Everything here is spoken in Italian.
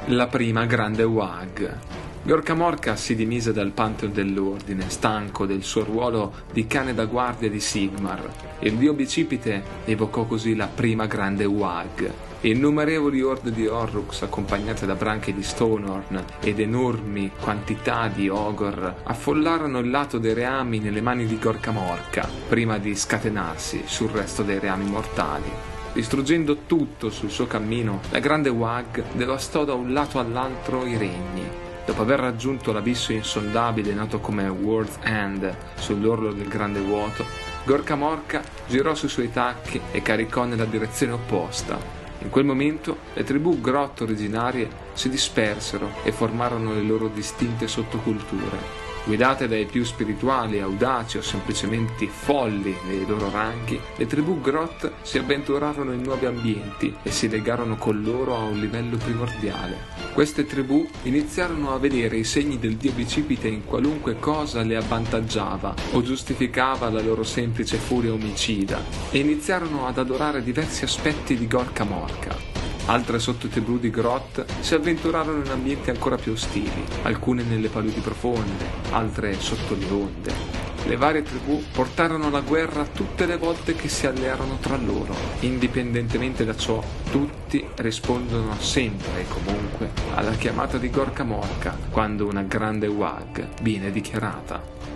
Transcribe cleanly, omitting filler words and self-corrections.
La prima grande Wag. Gorka Morka si dimise dal Pantheon dell'ordine, stanco del suo ruolo di cane da guardia di Sigmar. Il dio bicipite evocò così la prima grande Wag. Innumerevoli orde di Horrux, accompagnate da branche di Stonehorn ed enormi quantità di Ogor, affollarono il lato dei reami nelle mani di Gorka Morka, prima di scatenarsi sul resto dei reami mortali. Distruggendo tutto sul suo cammino, la grande Wag devastò da un lato all'altro i regni. Dopo aver raggiunto l'abisso insondabile noto come World's End sull'orlo del grande vuoto, Gorka Morka girò sui suoi tacchi e caricò nella direzione opposta. In quel momento le tribù Grot originarie si dispersero e formarono le loro distinte sottoculture. Guidate dai più spirituali, audaci o semplicemente folli nei loro ranghi, le tribù Grot si avventurarono in nuovi ambienti e si legarono con loro a un livello primordiale. Queste tribù iniziarono a vedere i segni del dio bicipite in qualunque cosa le avvantaggiava o giustificava la loro semplice furia omicida e iniziarono ad adorare diversi aspetti di Gorka Morka. Altre sottotribù di Grot si avventurarono in ambienti ancora più ostili, alcune nelle paludi profonde, altre sotto le onde. Le varie tribù portarono la guerra tutte le volte che si allearono tra loro. Indipendentemente da ciò, tutti rispondono sempre e comunque alla chiamata di Gorka Morka quando una grande Wag viene dichiarata.